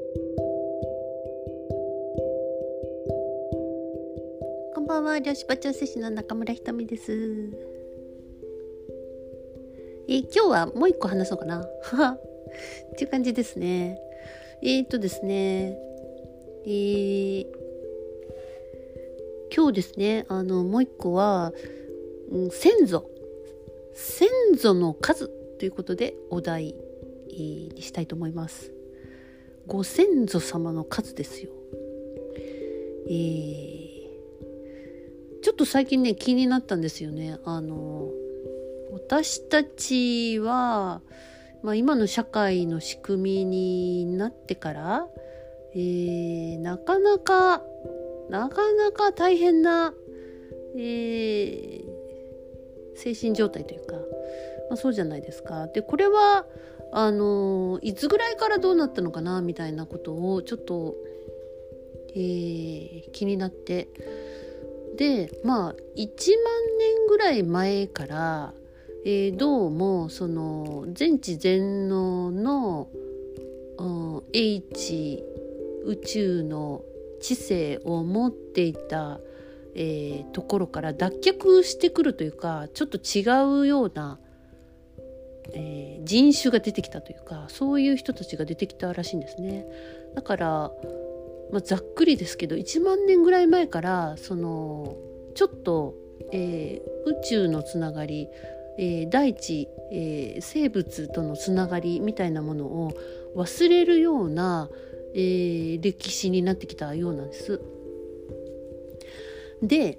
こんばんは、漁師場調整師の中村ひとみです。今日はもう一個話そうかなっていう感じですね。ですね、今日ですね、もう一個は、先祖の数ということでお題、にしたいと思います。ご先祖様の数ですよ。ちょっと最近ね気になったんですよね。私たちは、今の社会の仕組みになってから、なかなか大変な、精神状態というか、そうじゃないですか。でこれはいつぐらいからどうなったのかなみたいなことをちょっと、気になって、で1万年ぐらい前から、どうもその全知全能の、H 宇宙の知性を持っていた、ところから脱却してくるというか、ちょっと違うような、人種が出てきたというか、そういう人たちが出てきたらしいんですね。だから、ざっくりですけど1万年ぐらい前からそのちょっと、宇宙のつながり、大地、生物とのつながりみたいなものを忘れるような、歴史になってきたようなんです。で、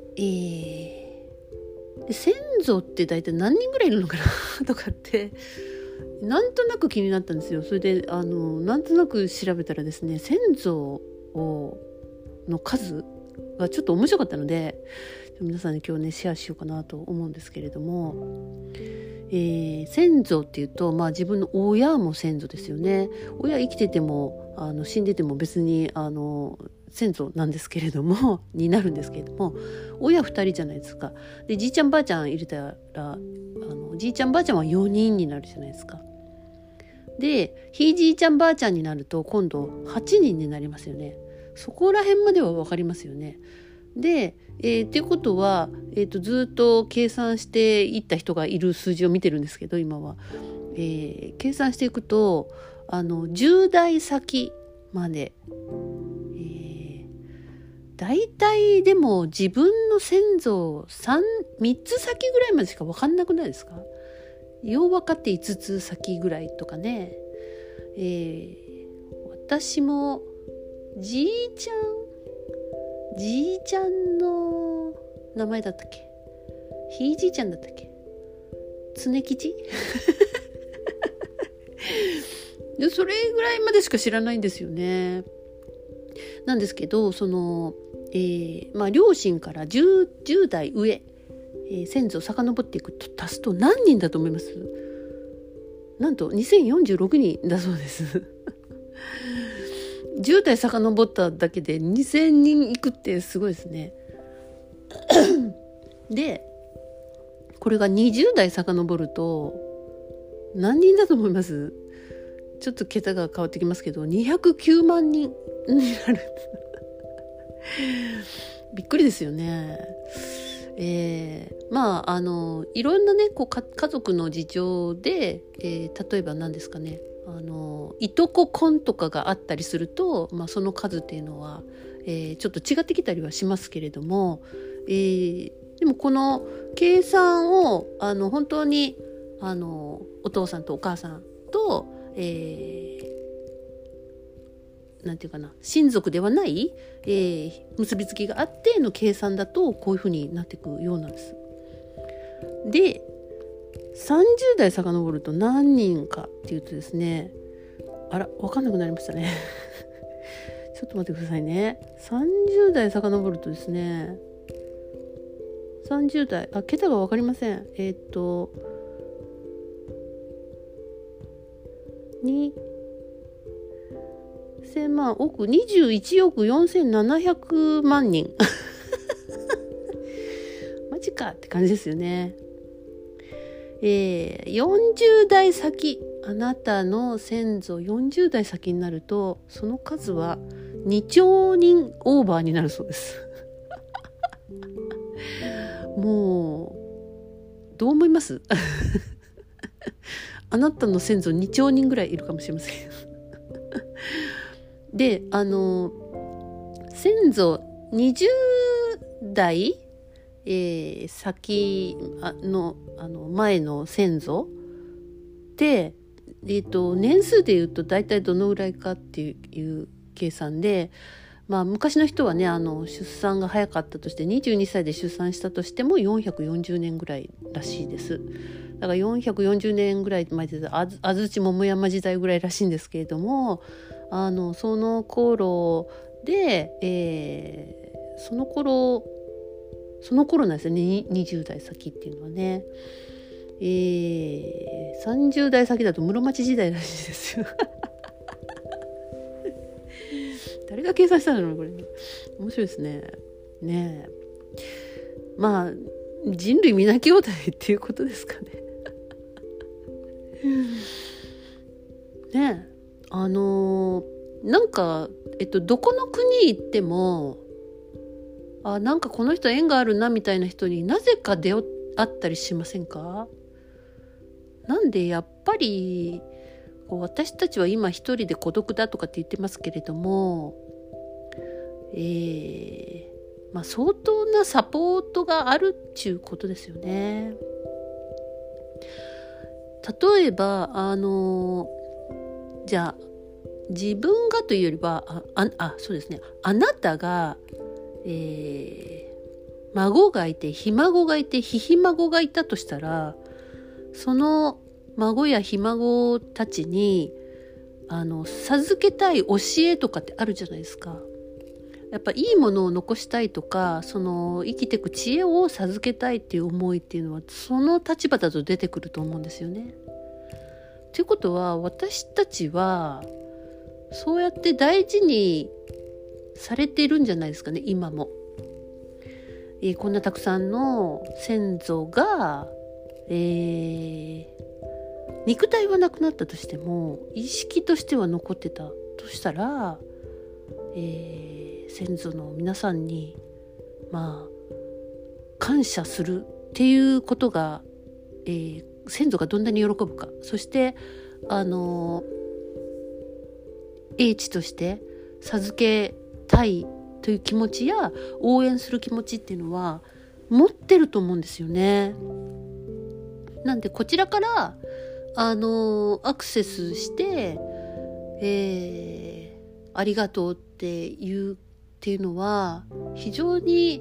先祖って大体何人ぐらいいるのかなとかってなんとなく気になったんですよ。それでなんとなく調べたらですね、先祖の数がちょっと面白かったので、皆さんに今日ねシェアしようかなと思うんですけれども、先祖っていうと、自分の親も先祖ですよね。親生きてても死んでても別に先祖なんですけれどもになるんですけれども、親2人じゃないですか。でじいちゃんばあちゃん入れたらじいちゃんばあちゃんは4人になるじゃないですか。でひいじいちゃんばあちゃんになると今度8人になりますよね。そこら辺までは分かりますよね。で、っていうことは、ずっと計算していった人がいる数字を見てるんですけど、今は、計算していくと10代先まで、だいたいでも自分の先祖3つ先ぐらいまでしか分かんなくないですか？よう分かって5つ先ぐらいとかね。私もじいちゃんの名前だったっけ、ひいじいちゃんだったっけ、常吉でそれぐらいまでしか知らないんですよね。なんですけど、その、両親から 10代上、先祖を遡っていくと足すと何人だと思います？なんと2046人だそうです10代遡っただけで2000人いくってすごいですねでこれが20代遡ると何人だと思います？ちょっと桁が変わってきますけど209万人になるびっくりですよね。いろんなね家族の事情で、例えば何ですかね、いとこ婚とかがあったりすると、その数っていうのは、ちょっと違ってきたりはしますけれども、でもこの計算を本当にお父さんとお母さんと、なんていうかな、親族ではない、結びつきがあっての計算だとこういうふうになっていくようなんです。で30代遡ると何人かっていうとですね、分かんなくなりましたねちょっと待ってくださいね。30代遡るとですね、30代桁が分かりません。2000万億21億4700万人マジかって感じですよね。40代先あなたの先祖40代先になるとその数は2兆人オーバーになるそうですもうどう思いますあなたの先祖2兆人ぐらいいるかもしれませんで先祖20代、先の前の先祖で、年数でいうと大体どのぐらいかっていう計算で、昔の人はね出産が早かったとして22歳で出産したとしても440年ぐらいらしいです。だから440年ぐらい前で安土桃山時代ぐらいらしいんですけれども、その頃で、その頃なんですよね。20代先っていうのはね、30代先だと室町時代らしいですよ誰が計算したのこれ、面白いですね。ねえ、人類皆兄弟っていうことですかねねえ、なんかどこの国行ってもなんかこの人縁があるなみたいな人になぜか出会ったりしませんか？なんでやっぱり私たちは今一人で孤独だとかって言ってますけれども、相当なサポートがあるっちゅうことですよね。例えばじゃあ自分がというよりはそうですね、あなたが、孫がいてひ孫がいてひひ孫がいたとしたら、その孫やひ孫たちに授けたい教えとかってあるじゃないですか。やっぱいいものを残したいとか、その生きていく知恵を授けたいっていう思いっていうのはその立場だと出てくると思うんですよね。ということは私たちはそうやって大事にされているんじゃないですかね、今も。こんなたくさんの先祖が、肉体はなくなったとしても意識としては残ってたとしたら、先祖の皆さんに感謝するっていうことが、先祖がどんなに喜ぶか、そして英知として授けたいという気持ちや応援する気持ちっていうのは持ってると思うんですよね。なんでこちらからアクセスして、ありがとうって言うっていうのは非常に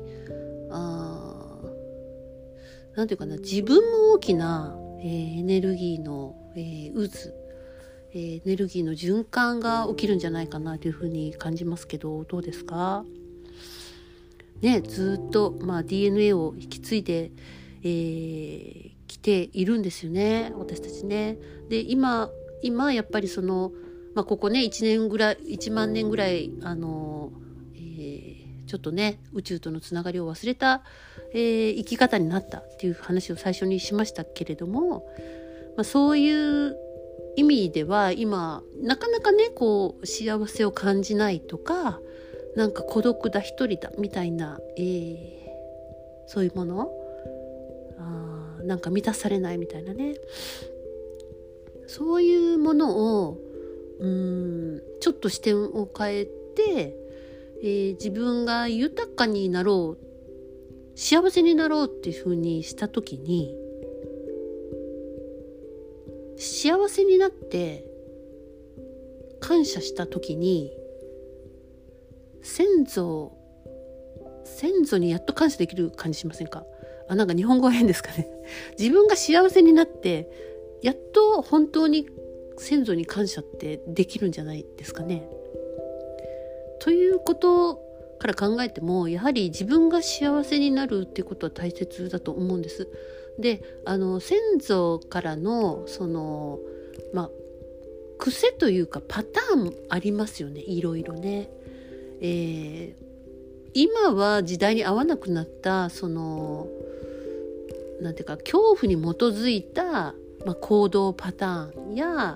なんていうかな、自分も大きな、エネルギーの、渦、エネルギーの循環が起きるんじゃないかなというふうに感じますけど、どうですかね。ずっと、DNA を引き継いで、来ているんですよね、私たちね。で今やっぱりその、ここね1万年ぐらいちょっとね宇宙とのつながりを忘れた、生き方になったっていう話を最初にしましたけれども、そういう意味では今なかなかね幸せを感じないとか、なんか孤独だ一人だみたいな、そういうものなんか満たされないみたいなね、そういうものをちょっと視点を変えて、自分が豊かになろう、幸せになろうっていうふうにした時に、幸せになって感謝した時に先祖にやっと感謝できる感じしませんか？なんか日本語は変ですかね。自分が幸せになってやっと本当に先祖に感謝ってできるんじゃないですかね。ということから考えても、やはり自分が幸せになるっていうことは大切だと思うんです。で先祖からのその癖というかパターンありますよね、いろいろね。今は時代に合わなくなったそのなんていうか恐怖に基づいた行動パターンや、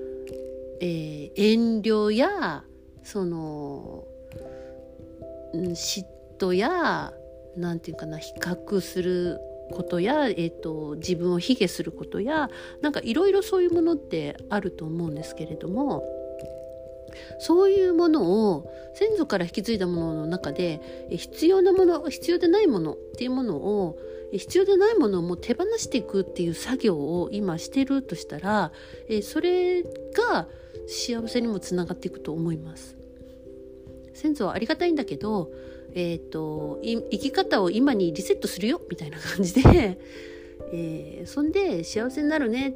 遠慮やその、嫉妬やなんていうかな、比較することや、自分を卑下することやなんかいろいろそういうものってあると思うんですけれども、そういうものを先祖から引き継いだものの中で必要なもの、必要でないものっていうものを、必要でないものをもう手放していくっていう作業を今してるとしたら、それが幸せにもつながっていくと思います。先祖はありがたいんだけど、生き方を今にリセットするよみたいな感じで、そんで幸せになるねって、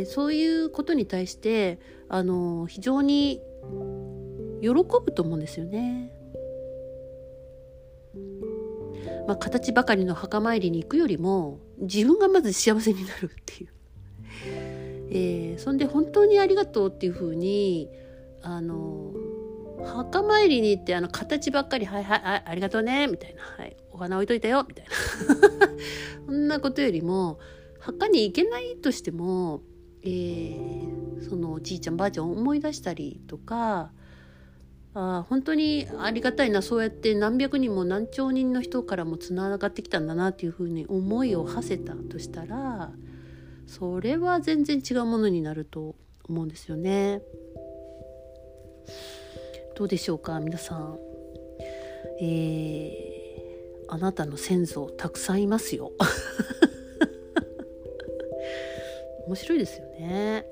そういうことに対して非常に喜ぶと思うんですよね。形ばかりの墓参りに行くよりも自分がまず幸せになるっていう、そんで本当にありがとうっていうふうに墓参りに行って形ばっかりはいはいはいありがとうねみたいな、はい、お花置いといたよみたいなそんなことよりも墓に行けないとしても、そのおじいちゃんばあちゃんを思い出したりとか、本当にありがたいな、そうやって何百人も何兆人の人からもつながってきたんだなっていうふうに思いを馳せたとしたら、それは全然違うものになると思うんですよね。どうでしょうか皆さん、あなたの先祖たくさんいますよ面白いですよね。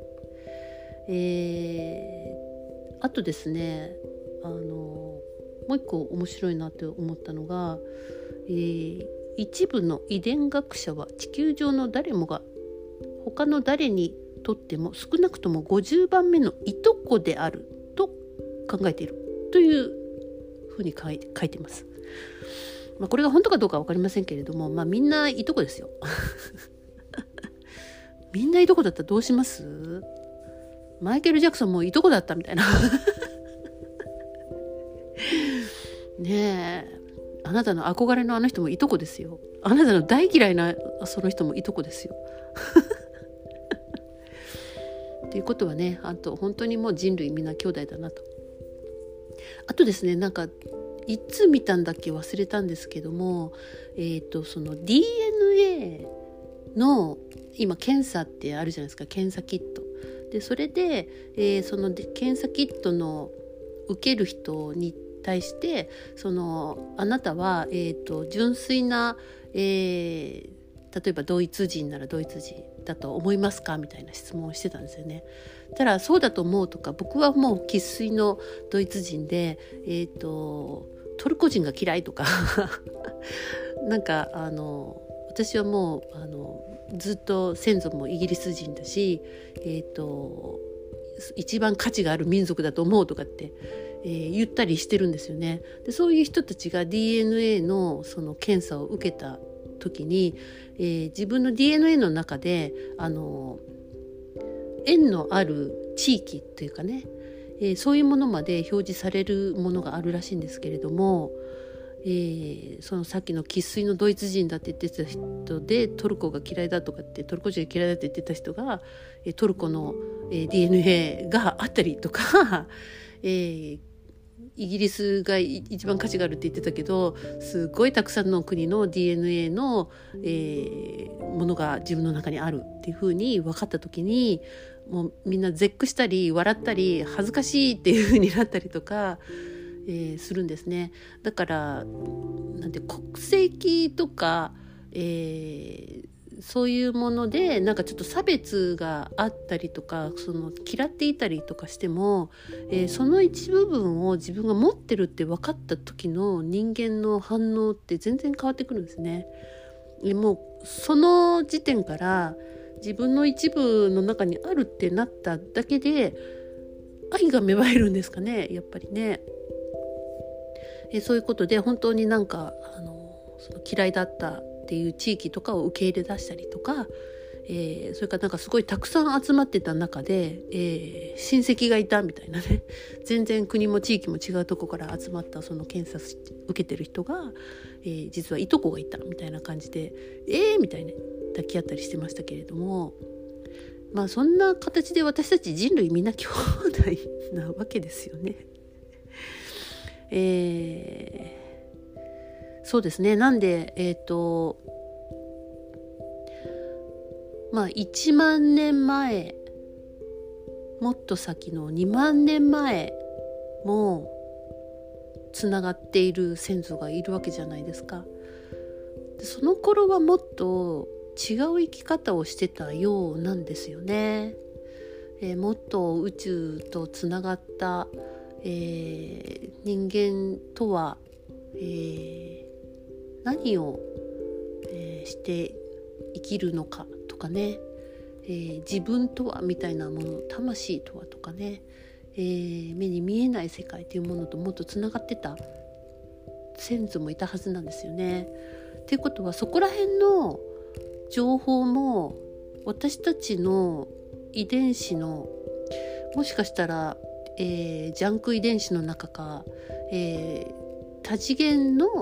あとですね、もう一個面白いなって思ったのが、一部の遺伝学者は地球上の誰もが他の誰にとっても少なくとも50番目のいとこであると考えているというふうに書いています。これが本当かどうか分かりませんけれども、みんないとこですよみんないとこだったらどうします？マイケル・ジャクソンもいとこだったみたいなねえ、あなたの憧れのあの人もいとこですよ。あなたの大嫌いなその人もいとこですよっていうことはね、あと本当にもう人類みんな兄弟だなと。あとですね、なんかいつ見たんだっけ忘れたんですけども、その DNA の今検査ってあるじゃないですか、検査キットで、それで、その検査キットの受ける人に対してあなたは、純粋な、例えばドイツ人ならドイツ人だと思いますかみたいな質問をしてたんですよね。ただそうだと思うとか、僕はもう生粋のドイツ人で、トルコ人が嫌いとかなんか私はもうずっと先祖もイギリス人だし、一番価値がある民族だと思うとかって、言ったりしてるんですよね。でそういう人たちが DNA のその検査を受けた時に、自分の DNA の中で縁のある地域っていうかね、そういうものまで表示されるものがあるらしいんですけれども、そのさっきの生粋のドイツ人だって言ってた人でトルコが嫌いだとかって、トルコ人が嫌いだって言ってた人がトルコの DNA があったりとかイギリスが一番価値があるって言ってたけど、すごいたくさんの国の DNA の、ものが自分の中にあるっていう風に分かった時に、もうみんな絶句したり笑ったり恥ずかしいっていう風になったりとか、するんですね。だからなんて国籍とか、そういうものでなんかちょっと差別があったりとか、嫌っていたりとかしても、その一部分を自分が持ってるって分かった時の人間の反応って全然変わってくるんですね。もうその時点から自分の一部の中にあるってなっただけで愛が芽生えるんですかね、やっぱりね。そういうことで本当になんかその嫌いだったっていう地域とかを受け入れ出したりとか、それからなんかすごいたくさん集まってた中で、親戚がいたみたいなね、全然国も地域も違うとこから集まったその検査受けてる人が、実はいとこがいたみたいな感じでみたいな抱き合ったりしてましたけれども、 そんな形で私たち人類みんな兄弟なわけですよね。そうですね。なんで1万年前、もっと先の2万年前もつながっている先祖がいるわけじゃないですか。でその頃はもっと違う生き方をしてたようなんですよね。もっと宇宙とつながった、人間とは、何を、して生きるのかとかね、自分とはみたいなもの、魂とはとかね、目に見えない世界というものともっとつながってた先祖もいたはずなんですよね。っていうことはそこら辺の情報も私たちの遺伝子のもしかしたら、ジャンク遺伝子の中か、多次元の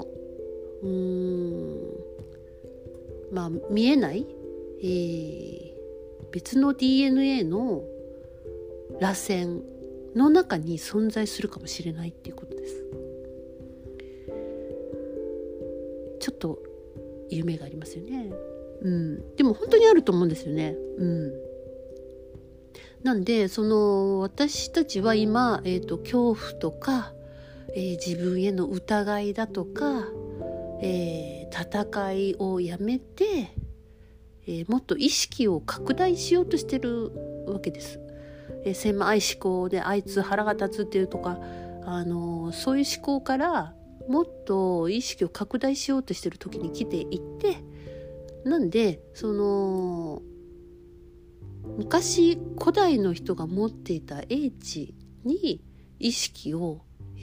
見えない、別の DNA の螺旋の中に存在するかもしれないっていうことです。ちょっと夢がありますよね。でも本当にあると思うんですよね。なんで私たちは今、恐怖とか、自分への疑いだとか、戦いをやめて、もっと意識を拡大しようとしてるわけです。狭い思考であいつ腹が立つっていうとか、そういう思考からもっと意識を拡大しようとしてる時に来ていて、なんで昔古代の人が持っていた英知に意識を、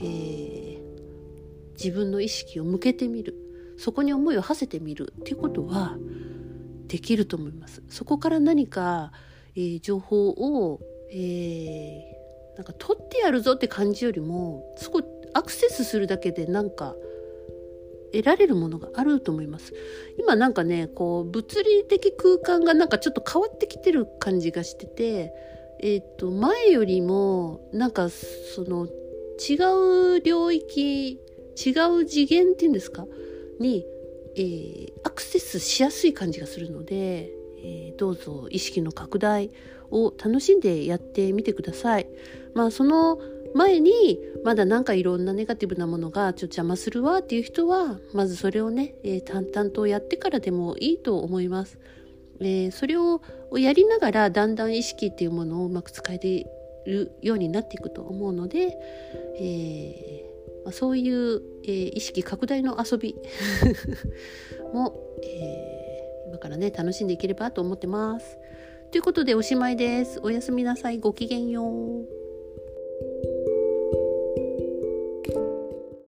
自分の意識を向けてみる、そこに思いを馳せてみるっていうことはできると思います。そこから何か、情報を、なんか取ってやるぞって感じよりも、そこアクセスするだけでなんか得られるものがあると思います。今なんかね、物理的空間がなんかちょっと変わってきてる感じがしてて、前よりもなんか違う領域、違う次元っていうんですかに、アクセスしやすい感じがするので、どうぞ意識の拡大を楽しんでやってみてください。その前にまだなんかいろんなネガティブなものがちょっと邪魔するわっていう人は、まずそれをね、淡々とやってからでもいいと思います。それをやりながらだんだん意識っていうものをうまく使えているようになっていくと思うので、そういう、意識拡大の遊びも、今からね楽しんでいければと思ってます。ということでおしまいです。おやすみなさい。ごきげんよう。